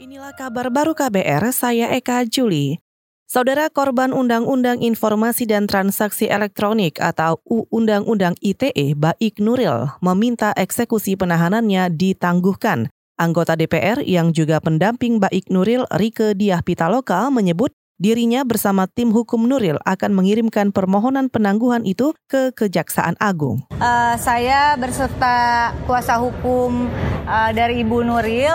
Inilah kabar baru KBR, saya Eka Juli. Saudara, korban Undang-Undang Informasi dan Transaksi Elektronik atau Undang-Undang ITE, Baik Nuril, meminta eksekusi penahanannya ditangguhkan. Anggota DPR yang juga pendamping Baik Nuril, Rieke Diah Pitaloka, menyebut dirinya bersama tim hukum Nuril akan mengirimkan permohonan penangguhan itu ke Kejaksaan Agung. Saya berserta kuasa hukum dari Ibu Nuril.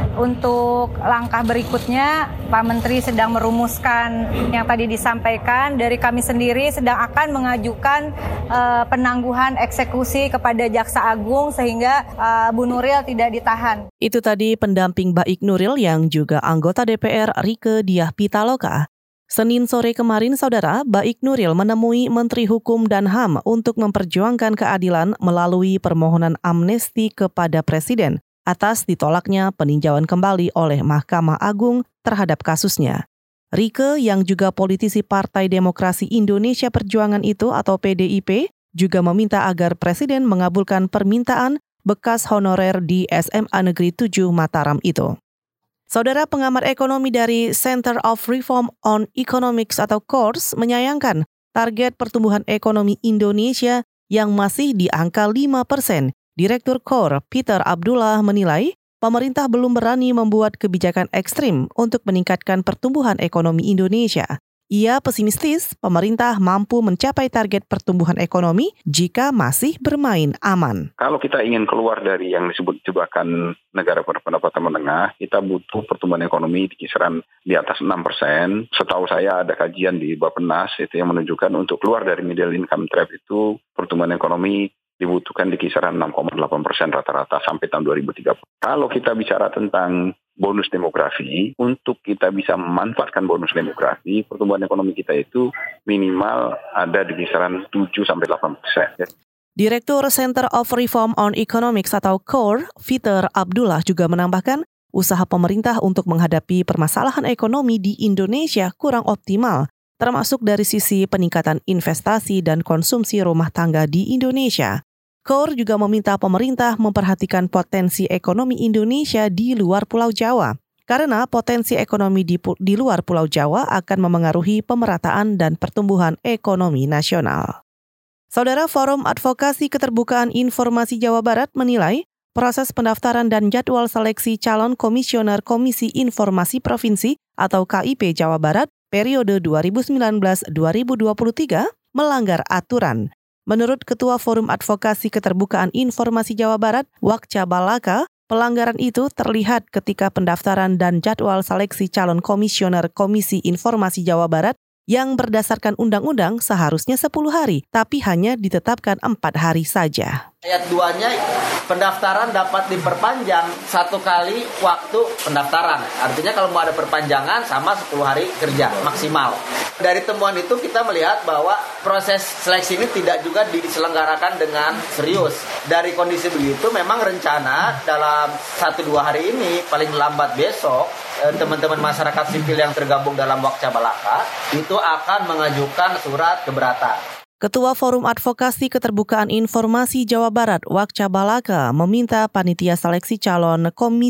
Untuk langkah berikutnya, Pak Menteri sedang merumuskan yang tadi disampaikan. Dari kami sendiri sedang akan mengajukan penangguhan eksekusi kepada Jaksa Agung sehingga Bu Nuril tidak ditahan. Itu tadi pendamping Baik Nuril yang juga anggota DPR Rieke Diah Pitaloka. Senin sore kemarin, Saudara, Baik Nuril menemui Menteri Hukum dan HAM untuk memperjuangkan keadilan melalui permohonan amnesti kepada Presiden atas ditolaknya peninjauan kembali oleh Mahkamah Agung terhadap kasusnya. Rieke yang juga politisi Partai Demokrasi Indonesia Perjuangan itu atau PDIP juga meminta agar Presiden mengabulkan permintaan bekas honorer di SMA Negeri 7 Mataram itu. Saudara, pengamat ekonomi dari Center of Reform on Economics atau CORES menyayangkan target pertumbuhan ekonomi Indonesia yang masih di angka 5%. Direktur CORE Peter Abdullah menilai pemerintah belum berani membuat kebijakan ekstrim untuk meningkatkan pertumbuhan ekonomi Indonesia. Ia pesimistis pemerintah mampu mencapai target pertumbuhan ekonomi jika masih bermain aman. Kalau kita ingin keluar dari yang disebut jebakan negara berpendapatan menengah, kita butuh pertumbuhan ekonomi di kisaran di atas 6%. Setahu saya ada kajian di Bappenas itu yang menunjukkan untuk keluar dari middle income trap itu pertumbuhan ekonomi dibutuhkan di kisaran 6,8% rata-rata sampai tahun 2030. Kalau kita bicara tentang bonus demografi, untuk kita bisa memanfaatkan bonus demografi, pertumbuhan ekonomi kita itu minimal ada di kisaran 7-8%. Direktur Center of Reform on Economics atau CORE, Peter Abdullah juga menambahkan, usaha pemerintah untuk menghadapi permasalahan ekonomi di Indonesia kurang optimal, termasuk dari sisi peningkatan investasi dan konsumsi rumah tangga di Indonesia. CORE juga meminta pemerintah memperhatikan potensi ekonomi Indonesia di luar Pulau Jawa, karena potensi ekonomi di luar Pulau Jawa akan memengaruhi pemerataan dan pertumbuhan ekonomi nasional. Saudara, Forum Advokasi Keterbukaan Informasi Jawa Barat menilai proses pendaftaran dan jadwal seleksi calon komisioner Komisi Informasi Provinsi atau KIP Jawa Barat periode 2019-2023 melanggar aturan. Menurut Ketua Forum Advokasi Keterbukaan Informasi Jawa Barat, Wakca Balaka, pelanggaran itu terlihat ketika pendaftaran dan jadwal seleksi calon komisioner Komisi Informasi Jawa Barat yang berdasarkan undang-undang seharusnya 10 hari, tapi hanya ditetapkan 4 hari saja. Ayat 2-nya pendaftaran dapat diperpanjang 1 kali waktu pendaftaran. Artinya kalau mau ada perpanjangan sama 10 hari kerja maksimal. Dari temuan itu kita melihat bahwa proses seleksi ini tidak juga diselenggarakan dengan serius. Dari kondisi begitu memang rencana dalam 1-2 hari ini paling lambat besok teman-teman masyarakat sipil yang tergabung dalam Wakca Balaka itu akan mengajukan surat keberatan. Ketua Forum Advokasi Keterbukaan Informasi Jawa Barat, Wakca Balaka, meminta panitia seleksi calon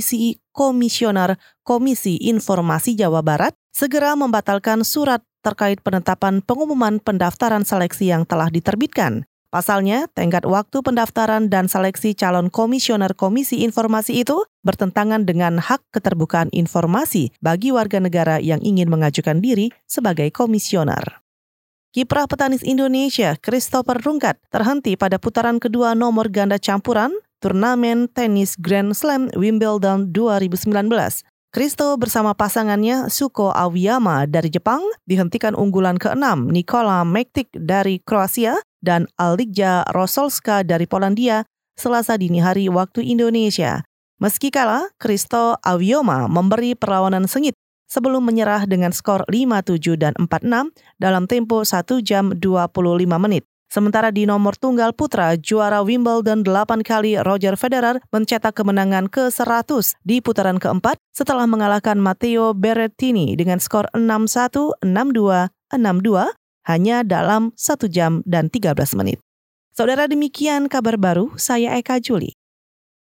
komisioner Komisi Informasi Jawa Barat segera membatalkan surat terkait penetapan pengumuman pendaftaran seleksi yang telah diterbitkan. Pasalnya, tenggat waktu pendaftaran dan seleksi calon komisioner Komisi Informasi itu bertentangan dengan hak keterbukaan informasi bagi warga negara yang ingin mengajukan diri sebagai komisioner. Kiprah petenis Indonesia, Christopher Rungkat, terhenti pada putaran kedua nomor ganda campuran turnamen tenis Grand Slam Wimbledon 2019. Christo bersama pasangannya Suko Aoyama dari Jepang dihentikan unggulan ke-6 Nikola Mektic dari Kroasia dan Alija Rosolska dari Polandia Selasa dini hari waktu Indonesia. Meski kalah, Christo Aoyama memberi perlawanan sengit sebelum menyerah dengan skor 5-7 dan 4-6 dalam tempo 1 jam 25 menit. Sementara di nomor tunggal putra, juara Wimbledon 8 kali Roger Federer mencetak kemenangan ke-100 di putaran keempat setelah mengalahkan Matteo Berrettini dengan skor 6-1, 6-2, 6-2 hanya dalam 1 jam dan 13 menit. Saudara, demikian kabar baru, saya Eka Juli.